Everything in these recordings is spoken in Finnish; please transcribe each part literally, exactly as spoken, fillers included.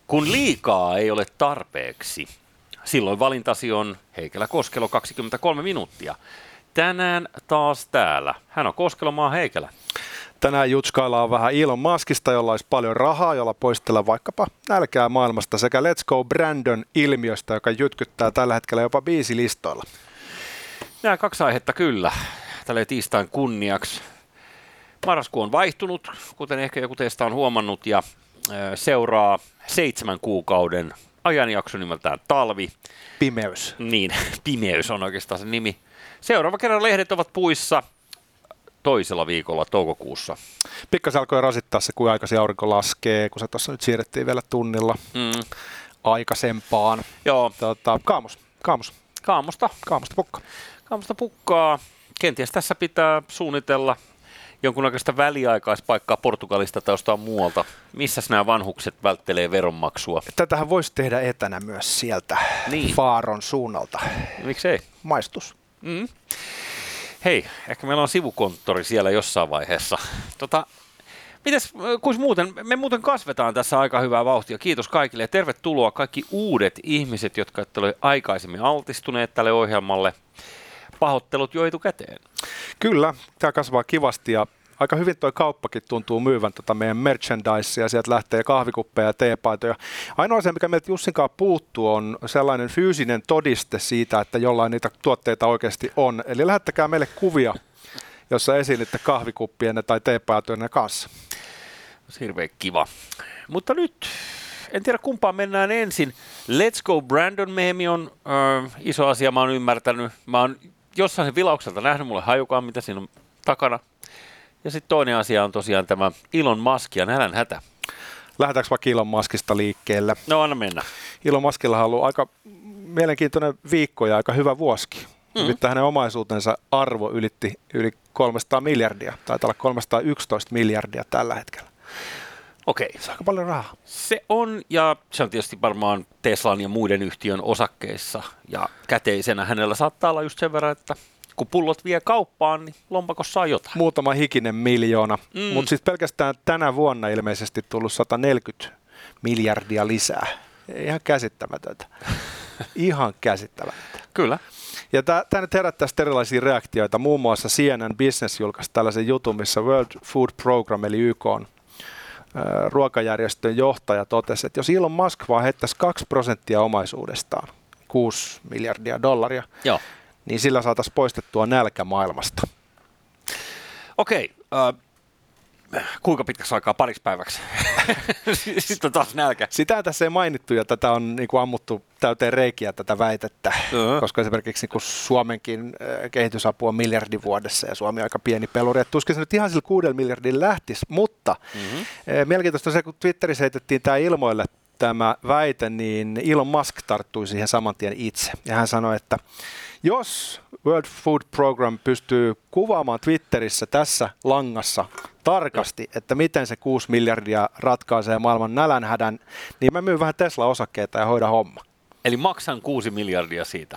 Kun liikaa ei ole tarpeeksi, silloin valintasi on Heikelä Koskelo kaksikymmentäkolme minuuttia. Tänään taas täällä. Hän on Koskelomaa Heikelä. Tänään jutskaillaan vähän Elon Muskista, jolla olisi paljon rahaa, jolla poistella vaikkapa nälkää maailmasta, sekä Let's Go Brandon -ilmiöstä, joka jytkyttää tällä hetkellä jopa biisilistoilla. Nämä kaksi aihetta kyllä. Tällä tiistain kunniaksi. Marraskuu on vaihtunut, kuten ehkä joku teistä on huomannut, ja seuraa seitsemän kuukauden ajanjakso nimeltään talvi. Pimeys. Niin, pimeys on oikeastaan se nimi. Seuraava kerran lehdet ovat puissa toisella viikolla toukokuussa. Pikkasen alkoi rasittaa se, kun aikaisin aurinko laskee, kun se tuossa nyt siirrettiin vielä tunnilla mm. aikaisempaan. Joo. Tota, kaamos, kaamos. Kaamosta. Kaamosta pukkaa. Kaamosta pukkaa. Kenties tässä pitää suunnitella jonkunnäköistä väliaikaispaikkaa Portugalista tai jostain muualta. Missäs nämä vanhukset välttelee veronmaksua? Tätähän voisi tehdä etänä myös sieltä niin. Faaron suunnalta. Miksei? Maistus. Mm. Hei, ehkä meillä on sivukonttori siellä jossain vaiheessa. Tota, mites, kuis muuten, me muuten kasvetaan tässä aika hyvää vauhtia. Kiitos kaikille ja tervetuloa kaikki uudet ihmiset, jotka ette ole aikaisemmin altistuneet tälle ohjelmalle. Pahoittelut jo etukäteen. Kyllä, tämä kasvaa kivasti ja aika hyvin tuo kauppakin tuntuu myyvän tota meidän merchandisea. Sieltä lähtee kahvikuppeja ja teepaitoja. Ainoa asia, mikä meiltä Jussinkaan puuttuu, on sellainen fyysinen todiste siitä, että jollain niitä tuotteita oikeasti on. Eli lähettäkää meille kuvia, jossa esiinnytte kahvikuppien tai teepaitojen kanssa. Hirveän kiva. Mutta nyt, en tiedä kumpaan mennään ensin. Let's Go Brandon -meemi on äh, iso asia, mä oon ymmärtänyt. Mä oon jossain sen vilaukselta nähnyt, mulle hajukaan mitä siinä on takana. Ja sitten toinen asia on tosiaan tämä Elon Musk ja nälänhätä. Lähdetäänkö vaikka Elon Muskista liikkeelle? No anna mennä. Elon Muskilla on ollut aika mielenkiintoinen viikko ja aika hyvä vuosikin. Mm-hmm. Nyt hänen omaisuutensa arvo ylitti yli kolmesataa miljardia. Taitaa olla kolmesataayksitoista miljardia tällä hetkellä. Okei. Se on aika paljon rahaa. Se on, ja se on tietysti varmaan Teslan ja muiden yhtiön osakkeissa. Ja käteisenä hänellä saattaa olla just sen verran, että kun pullot vie kauppaan, niin lompakossa on jotain. Muutama hikinen miljoona, mm. mutta sitten pelkästään tänä vuonna ilmeisesti tullut sata neljäkymmentä miljardia lisää. Ihan käsittämätöntä. Ihan käsittämätöntä. Kyllä. Ja tämä nyt herättää erilaisia reaktioita. Muun muassa C N N Business julkaisi tällaisen jutun, missä World Food Program eli Y K:n ruokajärjestön johtaja totesi, että jos Elon Musk vaan heittäisi kaksi prosenttia omaisuudestaan, kuusi miljardia dollaria, Joo. niin sillä saataisiin poistettua nälkä maailmasta. Okei, äh, kuinka pitkäksi aikaa pariksi päiväksi? Sitten on taas nälkä. Sitä tässä ei mainittu ja tätä on niin kuin ammuttu täyteen reikiä tätä väitettä, uh-huh. koska esimerkiksi niin kuin Suomenkin kehitysapu on miljardi vuodessa ja Suomi on aika pieni peluri. Et tuskin se nyt ihan sillä kuudella miljardilla lähtisi, mutta uh-huh. mielenkiintoista se, kun Twitterissä heitettiin tämä ilmoille tämä väite, niin Elon Musk tarttui siihen saman tien itse. Ja hän sanoi, että jos World Food Program pystyy kuvaamaan Twitterissä tässä langassa tarkasti, että miten se kuusi miljardia ratkaisee maailman nälänhädän, niin mä myyn vähän Tesla-osakkeita ja hoidan homma. Eli maksan kuusi miljardia siitä.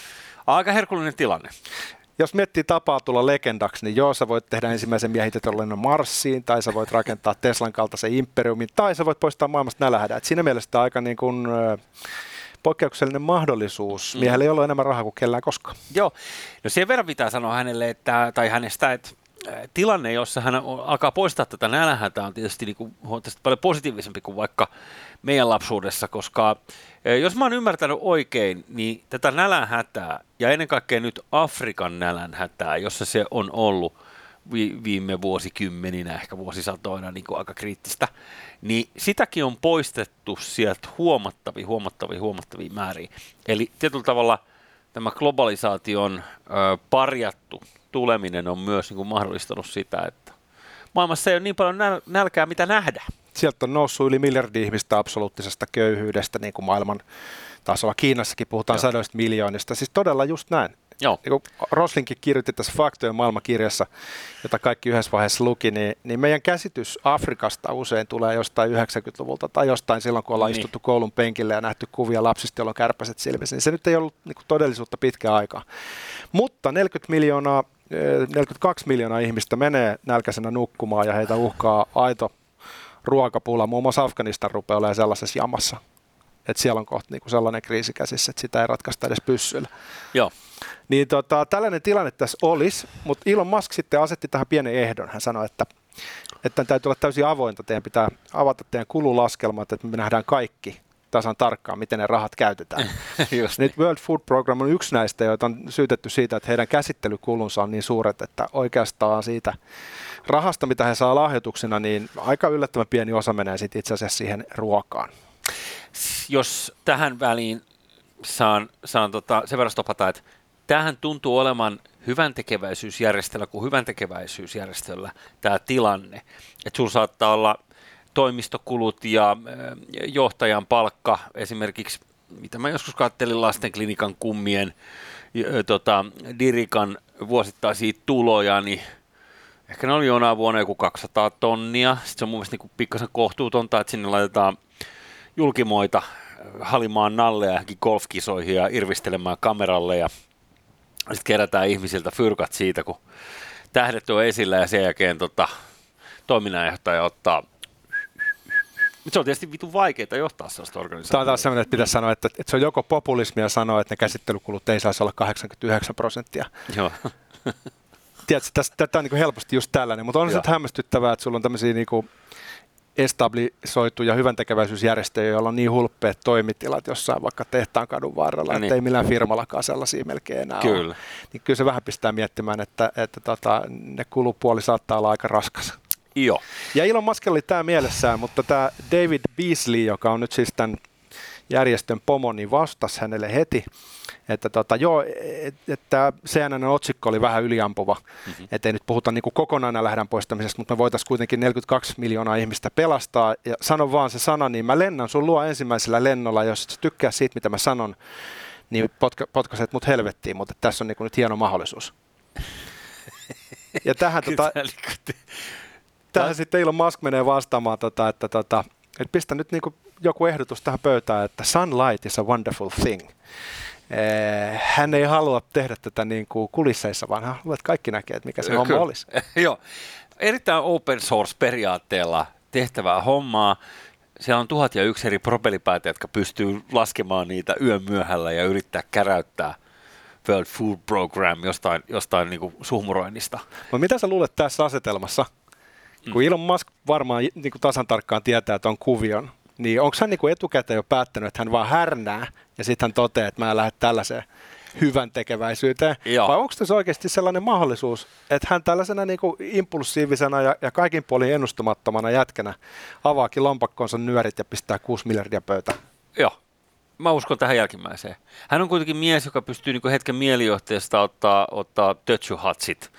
Aika herkullinen tilanne. Jos miettii tapaa tulla legendaksi, niin joo, sä voit tehdä ensimmäisen miehitetyn lennon Marsiin, tai sä voit rakentaa Teslan kaltaisen imperiumin, tai sä voit poistaa maailmasta nälänhädän. Siinä mielessä tämä on aika niin kuin poikkeuksellinen mahdollisuus. Mm. Miehellä ei ole enemmän rahaa kuin kellään koskaan. Joo, no sen verran pitää sanoa hänelle, että, tai hänestä, että tilanne, jossa hän alkaa poistaa tätä nälänhätää, on tietysti niin kuin huomattavasti paljon positiivisempi kuin vaikka meidän lapsuudessa, koska jos mä oon ymmärtänyt oikein, niin tätä nälänhätää ja ennen kaikkea nyt Afrikan nälänhätää, jossa se on ollut vi- viime vuosikymmeninä, ehkä vuosisatoina niin kuin aika kriittistä, niin sitäkin on poistettu sieltä huomattavia, huomattavia, huomattavia määriä. Eli tietyllä tavalla tämä globalisaation ö, parjattu tuleminen on myös niin kuin mahdollistanut sitä, että maailmassa ei ole niin paljon näl- nälkää, mitä nähdä. Sieltä on noussut yli miljardi ihmistä absoluuttisesta köyhyydestä, niin kuin maailman tasolla. Kiinassakin puhutaan Joo. sadoista miljoonista. Siis todella just näin. Joo. Niin kuin Roslinkin kirjoitti tässä Faktojen maailmankirjassa, jota kaikki yhdessä vaiheessa luki, niin, niin meidän käsitys Afrikasta usein tulee jostain yhdeksänkymmentäluvulta tai jostain silloin, kun ollaan niin. istuttu koulun penkille ja nähty kuvia lapsista, joilla on kärpäset silmissä. Niin se nyt ei ollut niin kuin todellisuutta pitkään aikaa. Mutta neljäkymmentä miljoonaa, neljäkymmentäkaksi miljoonaa ihmistä menee nälkäisenä nukkumaan ja heitä uhkaa aito ruokapula. Muun muassa Afganistan rupeaa olemaan sellaisessa jamassa, että siellä on kohta niinku sellainen kriisi käsissä, että sitä ei ratkaista edes pyssyllä. Joo. Niin tota, tällainen tilanne tässä olisi, mutta Elon Musk sitten asetti tähän pienen ehdon. Hän sanoi, että, että täytyy olla täysin avointa, teidän pitää avata teidän kululaskelmat, että me nähdään kaikki tasan tarkkaan, miten ne rahat käytetään. Nyt World Food Program on yksi näistä, joita on syytetty siitä, että heidän käsittelykulunsa on niin suuret, että oikeastaan siitä rahasta, mitä he saa lahjoituksena, niin aika yllättävän pieni osa menee sitten itse asiassa siihen ruokaan. Jos tähän väliin saan, saan tota, sen verran stopata, että tämähän tuntuu olevan hyväntekeväisyysjärjestöllä kuin hyväntekeväisyysjärjestöllä tämä tilanne, että sulla saattaa olla toimistokulut ja johtajan palkka, esimerkiksi, mitä mä joskus kattelin lastenklinikan kummien tota, Dirikan vuosittaisia tuloja, niin ehkä ne oli jonain vuonna joku kaksisataa tonnia. Sitten se on mun mielestä niin pikkasen kohtuutonta, että sinne laitetaan julkimoita halimaan nalleja johonkin golfkisoihin ja irvistelemään kameralle ja sitten kerätään ihmisiltä fyrkat siitä, kun tähdet on esillä ja sen jälkeen tota, toiminnanjohtaja ottaa. Se on tietysti vitun vaikeaa johtaa sellaista organisaatiota. Tämä on taas sellainen, että pitäisi sanoa, että, että se on joko populismia sanoa, että ne käsittelykulut ei saisi olla kahdeksankymmentäyhdeksän prosenttia. Joo. Tiedätkö, tästä, tätä on niin kuin helposti just tällainen, mutta on se hämmästyttävää, että sulla on tämmöisiä niin kuin establisoituja hyväntekeväisyysjärjestöjä, joilla on niin hulppeat toimitilat jossain vaikka tehtaan kadun varrella, niin. Että ei millään firmallakaan sellaisia melkein enää kyllä. ole. Niin kyllä se vähän pistää miettimään, että, että tota, ne kulupuoli saattaa olla aika raskas. Joo. Ja Elon Musk oli tämä mielessään, mutta tämä David Beasley, joka on nyt siis tämän järjestön pomo, niin vastasi hänelle heti, että tota, joo, että C N N-otsikko oli vähän yliampuva, mm-hmm. että ei nyt puhuta niin kuin kokonaan lähdön poistamisesta, mutta me voitaisiin kuitenkin neljäkymmentäkaksi miljoonaa ihmistä pelastaa, ja sano vaan se sana, niin mä lennän sun luo ensimmäisellä lennolla, jos et tykkää siitä, mitä mä sanon, niin potka, potkaset mut helvettiin, mutta tässä on niin kuin nyt hieno mahdollisuus. Ja tähän, tota, tähän sitten Elon Musk menee vastaamaan, tota, että, tota, että pistä nyt niin kuin joku ehdotus tähän pöytään, että sunlight is a wonderful thing. Hän ei halua tehdä tätä niin kuin kulisseissa, vaan hän haluaa, että kaikki näkee, että mikä se homma olisi. Joo, erittäin open source-periaatteella tehtävää hommaa. Siellä on tuhat ja yksi eri propellipäitä, jotka pystyy laskemaan niitä yön myöhällä ja yrittää käräyttää World Food Program jostain, jostain niin kuin suhmuroinnista. No mitä sä luulet tässä asetelmassa? Mm. Kun Elon Musk varmaan niin kuin tasan tarkkaan tietää tuon kuvion, niin onko hän niin kuin etukäteen jo päättänyt, että hän vaan härnää ja sitten hän toteaa, että mä en lähde tällaiseen hyvän tekeväisyyteen? Joo. Vai onko tässä oikeasti sellainen mahdollisuus, että hän tällaisena niin kuin impulsiivisena ja, ja kaikin puolin ennustamattomana jätkänä avaakin lompakkonsa nyörit ja pistää kuusi miljardia pöytään? Joo. Mä uskon tähän jälkimmäiseen. Hän on kuitenkin mies, joka pystyy niin kuin hetken mielijohteesta ottaa, ottaa tötsyhatsit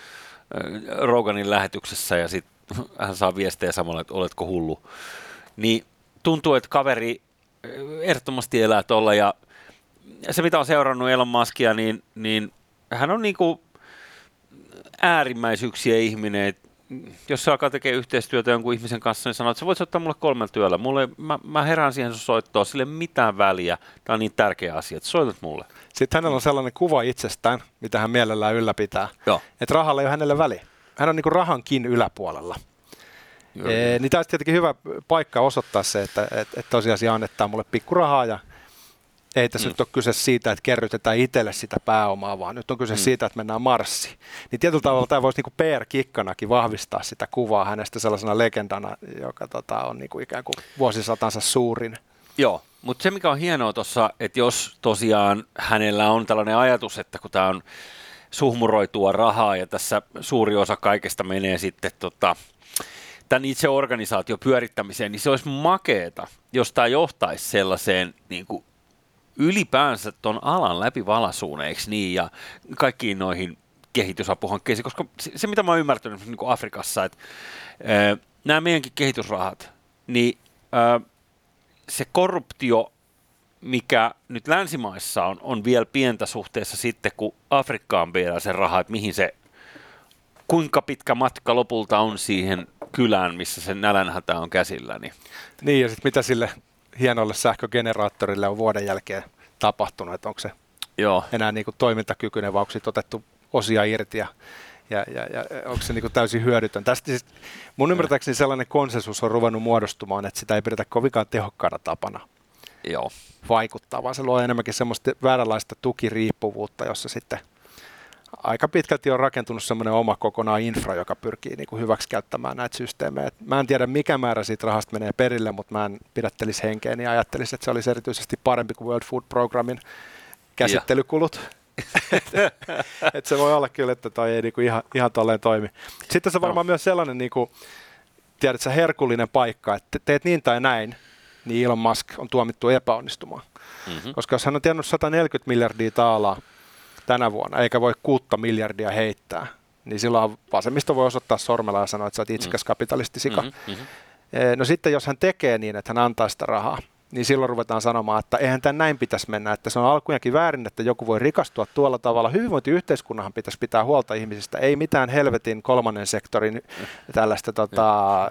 Roganin lähetyksessä ja sitten hän saa viestejä samalla, että oletko hullu. Niin tuntuu, että kaveri ehdottomasti elää tuolla ja se, mitä on seurannut Elon Muskia, niin, niin hän on niin kuin äärimmäisyyksiä ihminen. Jos se alkaa tekemään yhteistyötä jonkun ihmisen kanssa, niin sanoo, että sä voit ottaa mulle kolmella työllä. Mulle, mä, mä herään siihen sun soittoon, sille ei mitään väliä. Tämä on niin tärkeä asia, että soitat mulle. Sitten hänellä on sellainen kuva itsestään, mitä hän mielellään ylläpitää, Joo. että rahalla ei ole hänelle väliä. Hän on niin kuin rahankin yläpuolella. Ee, niin tämä olisi tietenkin hyvä paikka osoittaa se, että, että, että tosiasia annettaa mulle pikkurahaa ja ei tässä mm. nyt ole kyse siitä, että kerrytetään itselle sitä pääomaa, vaan nyt on kyse mm. siitä, että mennään Marsiin. Niin tietyllä tavalla tämä voisi niinku P R-kikkanakin vahvistaa sitä kuvaa hänestä sellaisena legendana, joka tota, on niinku ikään kuin vuosisatansa suurin. Joo, mutta se mikä on hienoa tuossa, että jos tosiaan hänellä on tällainen ajatus, että kun tämä on suhmuroitua rahaa ja tässä suuri osa kaikesta menee sitten tota, tämän itse organisaation pyörittämiseen, niin se olisi makeeta, jos tämä johtaisi sellaiseen niin kuin ylipäänsä tuon alan läpivalasuun, eikö niin, ja kaikkiin noihin kehitysapuhankkeisiin, koska se, se mitä mä oon ymmärtänyt niin kuin Afrikassa, että ää, nämä meidänkin kehitysrahat, niin ää, se korruptio, mikä nyt länsimaissa on, on vielä pientä suhteessa sitten, kun Afrikkaan viedään se raha, että mihin se, kuinka pitkä matka lopulta on siihen kylään, missä se nälänhätä on käsillä. Niin, niin ja sitten mitä sille hienolle sähkögeneraattorille on vuoden jälkeen tapahtunut, että onko se Joo. enää niin kuin toimintakykyinen, vai onko siitä otettu osia irti ja ja, ja, ja onko se niin kuin täysin hyödytön. Tästä siis, mun ymmärtääkseni sellainen konsensus on ruvennut muodostumaan, että sitä ei pidetä kovinkaan tehokkaana tapana Joo. vaikuttaa, vaan se luo enemmänkin semmoista vääränlaista tukiriippuvuutta, jossa sitten aika pitkälti on rakentunut semmoinen oma kokonaan infra, joka pyrkii niin kuin hyväksi käyttämään näitä systeemejä. Mä en tiedä, mikä määrä siitä rahasta menee perille, mutta mä en pidättelisi henkeä ja ajattelisi, että se olisi erityisesti parempi kuin World Food Programmin käsittelykulut. Et se voi olla kyllä, että toi ei niinku ihan, ihan tolleen toimi. Sitten se on varmaan no. myös sellainen, niinku, tiedätkö, herkullinen paikka, että teet niin tai näin, niin Elon Musk on tuomittu epäonnistumaan. Mm-hmm. Koska jos hän on tiennyt sata neljäkymmentä miljardia taalaa tänä vuonna, eikä voi kuutta miljardia heittää, niin silloin vasemmisto voi osoittaa sormella ja sanoa, että sä oot itsekäs kapitalistisika. Mm-hmm. No sitten jos hän tekee niin, että hän antaa sitä rahaa, niin silloin ruvetaan sanomaan, että eihän tämän näin pitäisi mennä, että se on alkujakin väärin, että joku voi rikastua tuolla tavalla. Hyvinvointiyhteiskunnahan pitäisi pitää huolta ihmisistä, ei mitään helvetin kolmannen sektorin tällaista, tota,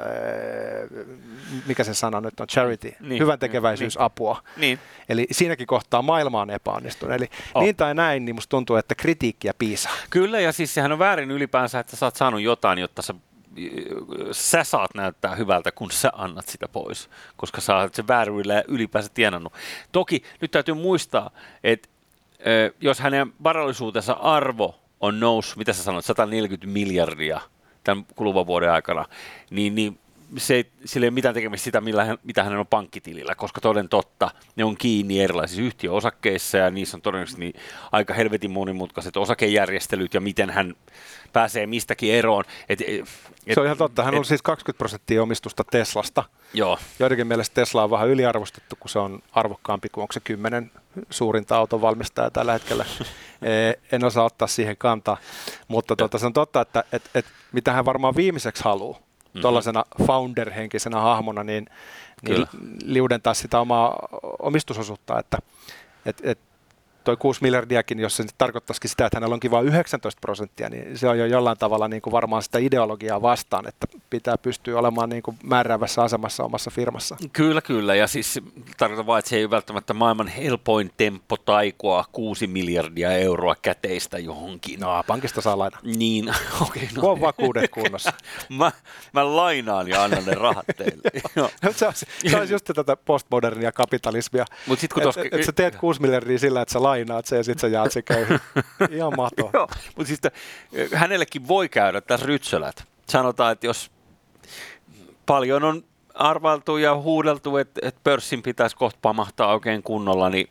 mikä se sana nyt on, charity, niin, hyvän tekeväisyysapua. Niin. Eli siinäkin kohtaa maailma on epäonnistunut. Eli oh. niin tai näin, niin musta tuntuu, että kritiikkiä piisaa. Kyllä, ja siis sehän on väärin ylipäänsä, että sä oot saanut jotain, jotta sä sä saat näyttää hyvältä, kun sä annat sitä pois, koska sä oot sen vääryydellä ylipäänsä tienannut. Toki nyt täytyy muistaa, että ö, jos hänen varallisuutensa arvo on noussut, mitä sä sanoit, sata neljäkymmentä miljardia tämän kuluvan vuoden aikana, niin, niin se ei, sillä ei ole mitään tekemistä sitä, millä hän, mitä hänen on pankkitilillä, koska toden totta, ne on kiinni erilaisissa yhtiöosakkeissa ja niissä on todennäköisesti niin aika helvetin monimutkaiset osakejärjestelyt ja miten hän pääsee mistäkin eroon. Et, et, se on ihan totta. Hän et, on siis kaksikymmentä prosenttia omistusta Teslasta. Joo. Joidenkin mielestä Tesla on vähän yliarvostettu, kun se on arvokkaampi kuin onko se kymmenen suurinta autonvalmistajaa tällä hetkellä. En osaa ottaa siihen kantaa, mutta tuota, se on totta, että et, et, mitä hän varmaan viimeiseksi haluaa, mm-hmm. tuollaisena founder-henkisenä hahmona, niin, niin liudentaa sitä omaa omistusosuutta, että et, et, toi kuusi miljardiakin, jos se tarkoittaisikin sitä, että hänellä onkin vain yhdeksäntoista prosenttia, niin se on jo jollain tavalla niin kuin varmaan sitä ideologiaa vastaan, että pitää pystyä olemaan niin kuin määräävässä asemassa omassa firmassa. Kyllä, kyllä. Ja siis tarkoitan vaan, että se ei ole välttämättä maailman helpoin temppo taikoa kuusi miljardia euroa käteistä johonkin. No, pankista saa lainaa. Niin, okei. Okay, no. Kun on vakuudet kunnossa. mä, mä lainaan ja annan ne rahat teille. se, olisi, se olisi just tätä postmodernia kapitalismia. Että toska... et, et sä teet kuusi miljardia sillä, että sä lainaat sen ja sitten sä jaat sen köyhiin. Ihan mahtavaa. Joo, mutta siis hänellekin voi käydä tässä rytsölät. Sanotaan, että jos paljon on arvailtu ja huudeltu, että, että pörssin pitäisi kohta pamahtaa oikein kunnolla, niin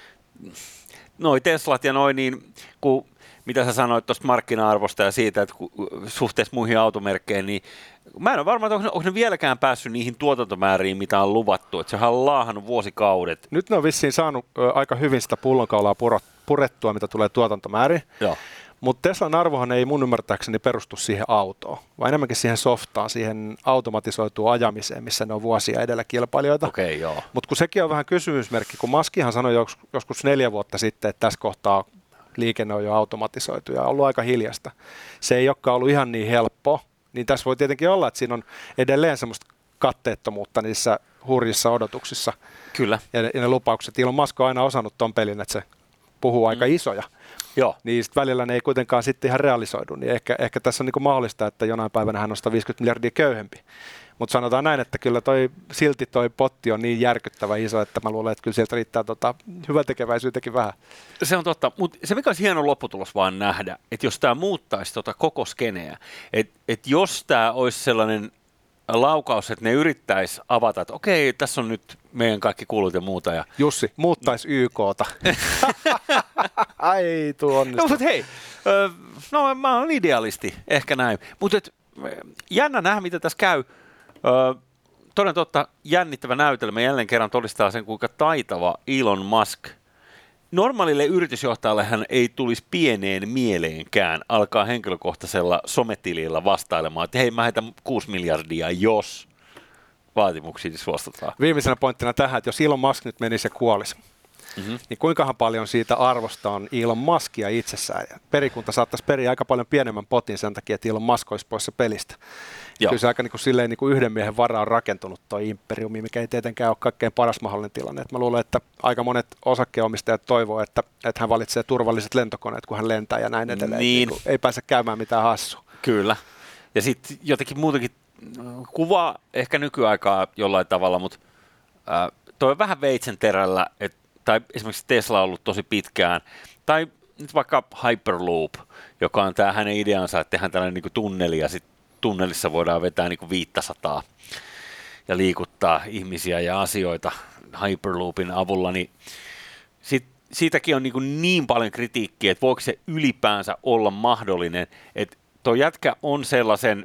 noi Teslat ja noi, niin kun, mitä sä sanoit tuosta markkina-arvosta ja siitä, että suhteessa muihin automerkkeihin, niin mä en ole varma, että onko ne, onko ne vieläkään päässyt niihin tuotantomääriin, mitä on luvattu, että sehän on laahannut vuosikaudet. Nyt ne on vissiin saanut ö, aika hyvin sitä pullonkaulaa purettua, mitä tulee tuotantomääriin. Joo. Mutta Teslan arvohan ei mun ymmärtääkseni perustu siihen autoon, vaan enemmänkin siihen softaan, siihen automatisoituun ajamiseen, missä ne on vuosia edellä kilpailijoita. Okei, joo. Mutta kun sekin on vähän kysymysmerkki, kun Muskihan sanoi jos, joskus neljä vuotta sitten, että tässä kohtaa liikenne on jo automatisoitu ja on ollut aika hiljasta. Se ei olekaan ollut ihan niin helppo, niin tässä voi tietenkin olla, että siinä on edelleen semmoista katteettomuutta niissä hurjissa odotuksissa. Kyllä. Ja, ja ne lupaukset. Elon Musk on aina osannut ton pelin, että se puhuu aika mm. isoja. Joo. Niin välillä ne ei kuitenkaan sitten ihan realisoidu. Niin ehkä, ehkä tässä on niin kuin mahdollista, että jonain päivänä hän on sata viisikymmentä miljardia köyhempi. Mutta sanotaan näin, että kyllä toi, silti toi potti on niin järkyttävä iso, että mä luulen, että kyllä sieltä riittää tota, hyväntekeväisyyttäkin vähän. Se on totta, mutta se mikä olisi hieno lopputulos vaan nähdä, että jos tämä muuttaisi tota koko skeneä, että et jos tämä olisi sellainen laukaus, että ne yrittäisi avata, että okei, tässä on nyt meidän kaikki kulut ja muuta. Ja... Jussi, muuttaisi Y K:ta. Ai, tuo onnistuu. No, mutta hei, no mä oon idealisti, ehkä näin. Mutta jännä nähdä, mitä tässä käy. Ö, toden totta, jännittävä näytelmä jälleen kerran todistaa sen, kuinka taitava Elon Musk. Normaalille yritysjohtajalle hän ei tulisi pieneen mieleenkään alkaa henkilökohtaisella sometilillä vastailemaan, että hei, mä heitän kuusi miljardia, jos vaatimuksiin suostutaan. Viimeisenä pointtina tähän, että jos Elon Musk nyt menisi ja kuolisi, mm-hmm. niin kuinkahan paljon siitä arvosta on Elon Muskia itsessään. Ja perikunta saattaisi periä aika paljon pienemmän potin sen takia, että Elon Musk olisi poissa pelistä. Kyllä se aika niin kuin, silleen, niin kuin yhden miehen varaan rakentunut tuo imperiumi, mikä ei tietenkään ole kaikkein paras mahdollinen tilanne. Et mä luulen, että aika monet osakkeenomistajat toivoo, että, että hän valitsee turvalliset lentokoneet, kun hän lentää ja näin edelleen. Niin. Niin ei pääse käymään mitään hassua. Kyllä. Ja sitten jotenkin muutenkin kuvaa ehkä nykyaikaa jollain tavalla, mutta äh, toi on vähän veitsen terällä, et, tai esimerkiksi Tesla on ollut tosi pitkään, tai nyt vaikka Hyperloop, joka on tämä hänen ideansa, että tehdään tällainen niin kuin tunneli ja sitten tunnelissa voidaan vetää niin kuin viisisataa ja liikuttaa ihmisiä ja asioita Hyperloopin avulla, niin sit, siitäkin on niin, kuin niin paljon kritiikkiä, että voiko se ylipäänsä olla mahdollinen, että tuo jätkä on sellaisen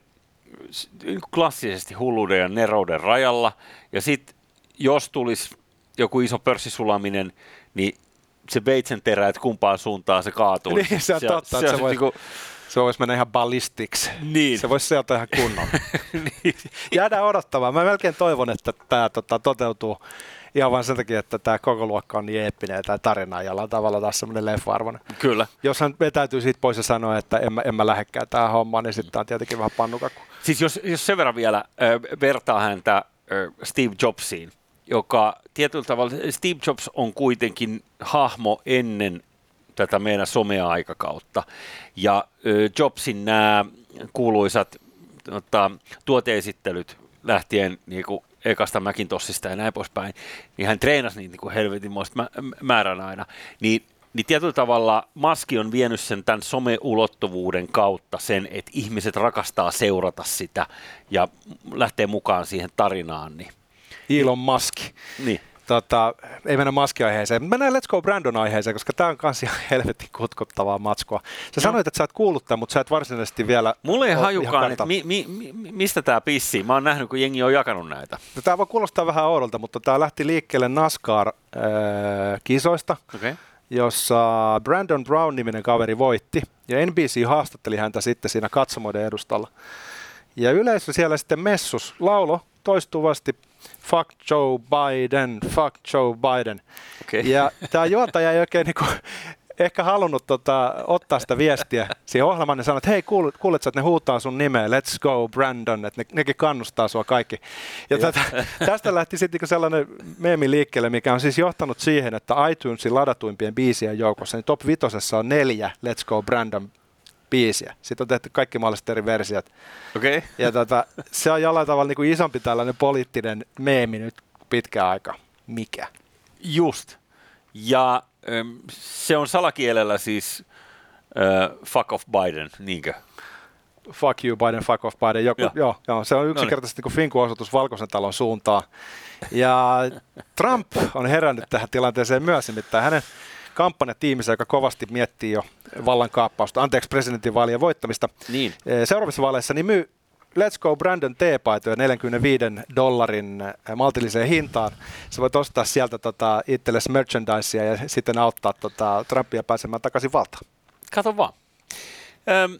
niin klassisesti hulluuden ja nerouden rajalla, ja sitten jos tulisi joku iso pörssisulaminen, niin se veitsen terä, että kumpaan suuntaan se kaatuu. Niin, se on se, totta, se, että se, se voi, niinku, se voisi mennä ihan ballistiksi. Niin. Se voisi sieltä ihan kunnolla. niin. Jäädään odottamaan. Mä melkein toivon, että tämä tota, toteutuu ihan vain sen takia, että tämä koko luokka on niin eeppinen ja tämä tarina on jollain tavalla taas semmoinen leffa-arvoinen. Kyllä. Jos hän vetäytyy siitä pois ja sanoo, että en mä, en mä lähdekään tähän hommaan, niin sitten on tietenkin vähän pannukakku. Siis jos, jos sen verran vielä äh, vertaa häntä äh, Steve Jobsiin, joka tietyllä tavalla, Steve Jobs on kuitenkin hahmo ennen tätä meidän somea-aikakautta. Ja äh, Jobsin nämä kuuluisat tota, tuoteesittelyt lähtien niin kuin ekasta Macintosista ja näin poispäin, niin hän treenasi niitä niin kuin helvetinmoista mä, määrän aina. Niin, niin tietyllä tavalla Musk on vienyt sen tämän some-ulottuvuuden kautta sen, että ihmiset rakastaa seurata sitä ja lähtee mukaan siihen tarinaan. Niin. Elon Musk. Niin. Tota, ei mennä Musk-aiheeseen, mutta mennään Let's Go Brandon-aiheeseen, koska tämä on myös ihan helvetin kutkuttavaa matskua. Sä no. sanoit, että sä et kuullut tämän, mutta sä et varsinaisesti vielä... Mulla ei hajukaan, että mi, mi, mi, mistä tämä pissii. Mä oon nähnyt, kun jengi on jakanut näitä. No, tämä voi kuulostaa vähän oudolta, mutta tämä lähti liikkeelle NASCAR-kisoista, okay. jossa Brandon Brown-niminen kaveri voitti, ja N B C haastatteli häntä sitten siinä katsomoiden edustalla. Ja yleisö siellä sitten messus laulo toistuvasti fuck Joe Biden, fuck Joe Biden. Okay. Ja tämä juontaja ei oikein niinku, ehkä halunnut tota, ottaa sitä viestiä siihen ohjelmaan ja sanoi, että hei, kuulet, kuulet sä, että ne huutaa sun nimeä, let's go Brandon, että ne, nekin kannustaa sua kaikki. Ja tätä, tästä lähti sitten niinku sellainen meemi liikkeelle, mikä on siis johtanut siihen, että iTunesin ladatuimpien biisien joukossa, niin top vitosessa on neljä Let's Go Brandon biisiä. Sitten on tehty kaikki mahdolliset eri versiot. Okay. Ja tota, se on jollain tavalla niin kuin isompi tällainen poliittinen meemi nyt pitkään aika. Mikä? Just. Ja ähm, se on salakielellä siis äh, fuck off Biden, niinkö? Fuck you Biden, fuck off Biden. Joku, joo. Joo, joo, se on yksinkertaisesti niin Finku-osoitus Valkoisen talon suuntaan. Ja Trump on herännyt tähän tilanteeseen myös, nimittäin hänen kampanjatiimissä, joka kovasti miettii jo vallankaappausta, anteeksi presidentinvaalien voittamista. Niin. Seuraavissa vaaleissa niin myy Let's Go Brandon T-paitoja neljänkymmenenviiden dollarin maltilliseen hintaan. Sä voit ostaa sieltä tota, itsellesi merchandisea ja sitten auttaa tota, Trumpia pääsemään takaisin valtaan. Kato vaan. Öm,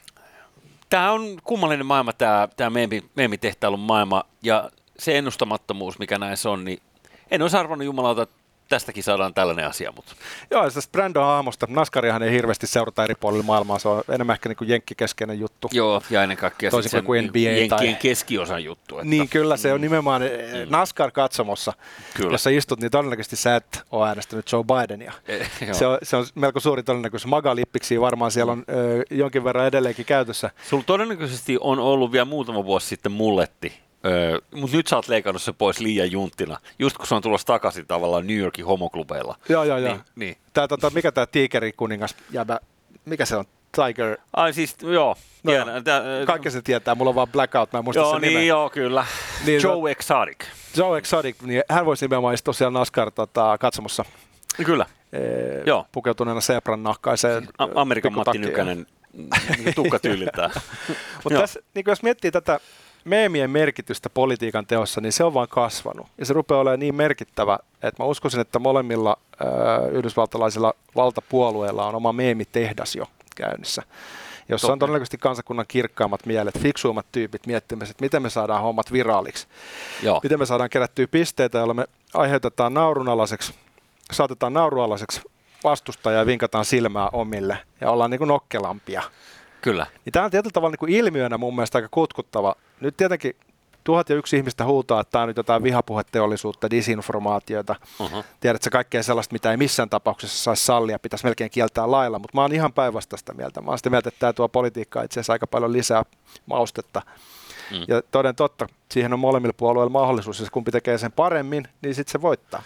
tämä on kummallinen maailma, tämä, tämä meemi, meemitehtailun maailma, ja se ennustamattomuus, mikä näissä on, niin en olisi arvannut jumalauta, tästäkin saadaan tällainen asia. Mutta. Joo, ja tästä Brandon aamusta. NASCARiahan ei hirveästi seurata eri puolilla maailmaa. Se on enemmän ehkä niin kuin jenkkikeskeinen juttu. Joo, ja ennen kaikkea toisin sen kuin N B A jenkkien tai keskiosan juttu. Että. Niin, kyllä se on nimenomaan NASCAR-katsomossa, kyllä. Jossa istut, niin todennäköisesti sä et ole äänestänyt Joe Bidenia. Eh, se, on, se on melko suuri todennäköisyys. Maga-lippiksi varmaan siellä on ö, jonkin verran edelleenkin käytössä. Sulla todennäköisesti on ollut vielä muutama vuosi sitten mulletti. Öö, mutta nyt sä oot leikannut se pois liian junttina, just kun se on tulossa takaisin tavallaan New Yorkin homoklubeilla. Joo, joo, joo. Niin, niin. Tää, tota, mikä tämä Tigerikuningas, jäbä, mikä se on? Tiger? Ai siis, joo. No joo. Tää, kaikki se tietää, mulla on vaan blackout, mä en muista joo, sen niin, nimeä. Joo, kyllä. Niin, Joe Exotic. Joe Exotic, niin hän voisi nimenomaan istua siellä NASCAR tota, katsomossa. Kyllä. Ee, joo. Pukeutuneena zebran nahkaiseen. A- Amerikan Matti Nykänen tukka tyyliltään. Mutta tässä, niin jos miettii tätä meemien merkitystä politiikan teossa, niin se on vaan kasvanut. Ja se rupeaa olemaan niin merkittävä, että mä uskoisin, että molemmilla äh, yhdysvaltalaisilla valtapuolueilla on oma meemitehdas jo käynnissä, jossa Totta. on todennäköisesti kansakunnan kirkkaammat mielet, fiksuimmat tyypit miettimässä, että miten me saadaan hommat viraaliksi. Joo. Miten me saadaan kerättyä pisteitä, joilla me aiheutetaan naurunalaiseksi saatetaan naurualaiseksi vastustajaa ja vinkataan silmää omille ja ollaan niin kuin nokkelampia. Kyllä. Niin tämä on tietyllä tavalla niin kuin ilmiönä mun mielestä aika kutkuttava. Nyt tietenkin tuhat ja yksi ihmistä huutaa, että tämä on nyt jotain vihapuheteollisuutta, disinformaatiota. Uh-huh. Tiedätkö, kaikkea sellaista, mitä ei missään tapauksessa saisi sallia, pitäisi melkein kieltää lailla, mutta mä oon ihan päinvastaista mieltä. Mä oon sitä mieltä, että tämä tuo politiikkaa itse asiassa aika paljon lisää maustetta. Mm. Ja toden totta, siihen on molemmilla puolueilla mahdollisuus, ja kumpi tekee sen paremmin, niin sitten se voittaa.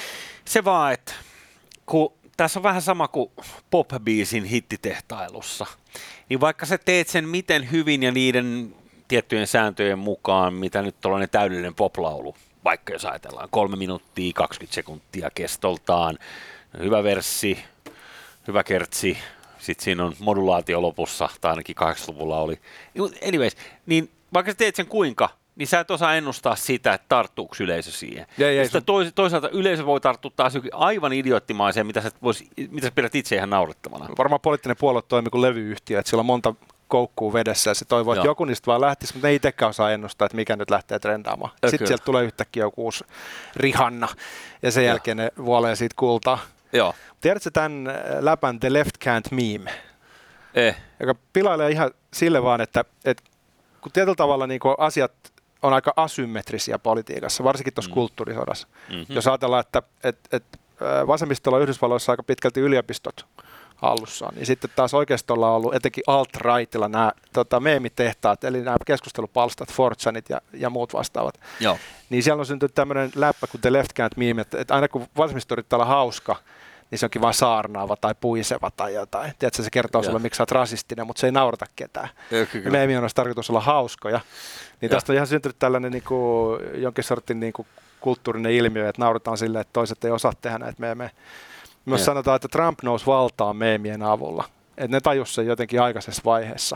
Se vaan, että kun tässä on vähän sama kuin pop-biisin hittitehtailussa, niin vaikka sä teet sen miten hyvin ja niiden tiettyjen sääntöjen mukaan, mitä nyt tällainen täydellinen poplaulu, vaikka jos ajatellaan kolme minuuttia, kaksikymmentä sekuntia kestoltaan, hyvä verssi, hyvä kertsi, sitten siinä on modulaatio lopussa, tai ainakin kahdeksankymmentäluvulla oli. Anyways, niin vaikka sä teet sen kuinka, niin sä et osaa ennustaa sitä, että tarttuuko yleisö siihen. Ei, ei, sun... tois, toisaalta yleisö voi tarttua taas aivan idioottimaiseen, mitä sä, vois, mitä sä pidät itse ihan naurettavana. Varmaan poliittinen puolue toimii kuin levyyhtiö, että sillä on monta koukkuu vedessä ja se toivoo, että Joo. joku niistä vaan lähtisi, mutta ne ei itsekään osaa ennustaa, että mikä nyt lähtee trendaamaan. Ja sitten sieltä tulee yhtäkkiä joku uusi Rihanna ja sen Joo. jälkeen ne vuolee siitä kultaa. Joo. Tiedätkö tämän läpän The Left Can't Meme? Eh. Joka pilailee ihan sille vaan, että, että kun tietyllä tavalla niin kun asiat on aika asymmetrisiä politiikassa, varsinkin tuossa mm. kulttuurisodassa. Mm-hmm. Jos ajatellaan, että, että, että vasemmistolla on Yhdysvalloissa aika pitkälti yliopistot hallussaan, niin sitten taas oikeistolla on ollut etenkin alt-rightilla nämä tota, meemitehtaat, eli nämä keskustelupalstat, four chanit ja, ja muut vastaavat. Joo. Niin siellä on syntynyt tämmöinen läppä kuin The Left Can't Meme, että, että aina kun vasemmisto yrittää olla hauska, niin se onkin vaan saarnaava tai puiseva tai jotain. Tiedätkö, se kertoo sulle, miksi sä oot rasistinen, mutta se ei naurata ketään. Meemi on tarkoitus olla hauskoja. Niin tästä on ihan syntynyt tällainen niin kuin, jonkin sortin niin kuin, kulttuurinen ilmiö, että naurataan silleen, että toiset ei osaa tehdä näitä meemejä. Myös sanotaan, että Trump nousi valtaan meemien avulla. Että ne tajus sen jotenkin aikaisessa vaiheessa.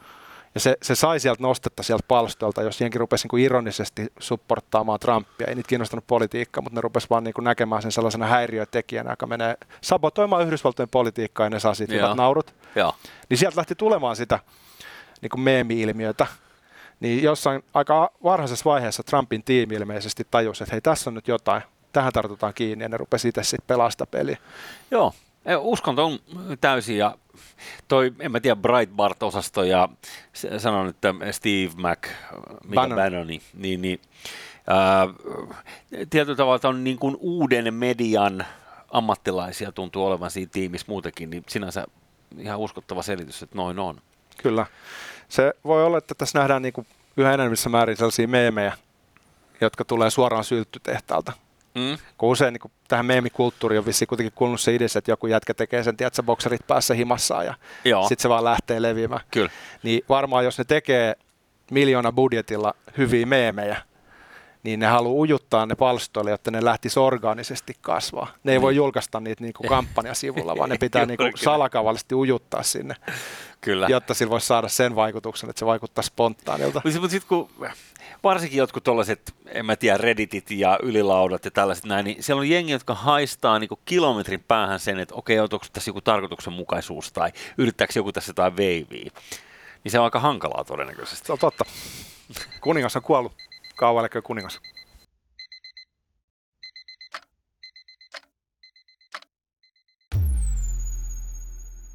Ja se, se sai sieltä nostetta sieltä palstoilta, jos jenkin rupesi niin ironisesti supporttaamaan Trumpia. Ei niitä kiinnostanut politiikkaa, mutta ne rupesi vaan niin näkemään sen sellaisena häiriötekijänä, joka menee sabotoimaan Yhdysvaltojen politiikkaa ja ne saa siitä hyvät naurut. Ja. Niin sieltä lähti tulemaan sitä niin meemi-ilmiötä. Niin jossain aika varhaisessa vaiheessa Trumpin tiimi ilmeisesti tajusi, että hei, tässä on nyt jotain. Tähän tartutaan kiinni ja ne rupesi itse sitten pelasta peliä. Joo, uskonto on täysin ja toi, en mä tiedä, Breitbart-osasto ja sanon, että Steve Mac, Bannoni, niin, niin ää, tietyllä tavalla on niin kuin uuden median ammattilaisia tuntuu olevan siinä tiimissä muutenkin, niin sinänsä ihan uskottava selitys, että noin on. Kyllä. Se voi olla, että tässä nähdään niin kuin yhä enemmissä määrin sellaisia meemejä, jotka tulee suoraan sylttytehtaalta. Mm. Kun usein niin kun tähän meemikulttuuriin on vissiin kuitenkin kuulunut se idea, että joku jätkä tekee sen, tiedätkö, bokserit päässä himassaan ja sitten se vaan lähtee leviämään. Kyllä. Niin varmaan jos ne tekee miljoona budjetilla hyviä meemejä, niin ne haluaa ujuttaa ne palstoille, jotta ne lähtisi orgaanisesti kasvaa. Ne ei mm. voi julkaista niitä niin kuin kampanjasivulla, vaan ne pitää niin kuin salakavallisesti ujuttaa sinne, Kyllä. jotta sillä voisi saada sen vaikutuksen, että se vaikuttaa spontaanilta. Mutta sitten kun varsinkin jotkut tollaiset, en mä tiedä, Redditit ja ylilaudat ja tällaiset näin, niin siellä on jengi, jotka haistaa niin kuin kilometrin päähän sen, että okei, onko tässä joku tarkoituksenmukaisuus tai yrittääkö joku tässä jotain veiviä. Niin se on aika hankalaa todennäköisesti. Se on totta. Kuningas on kuollut. Kauan kuningas.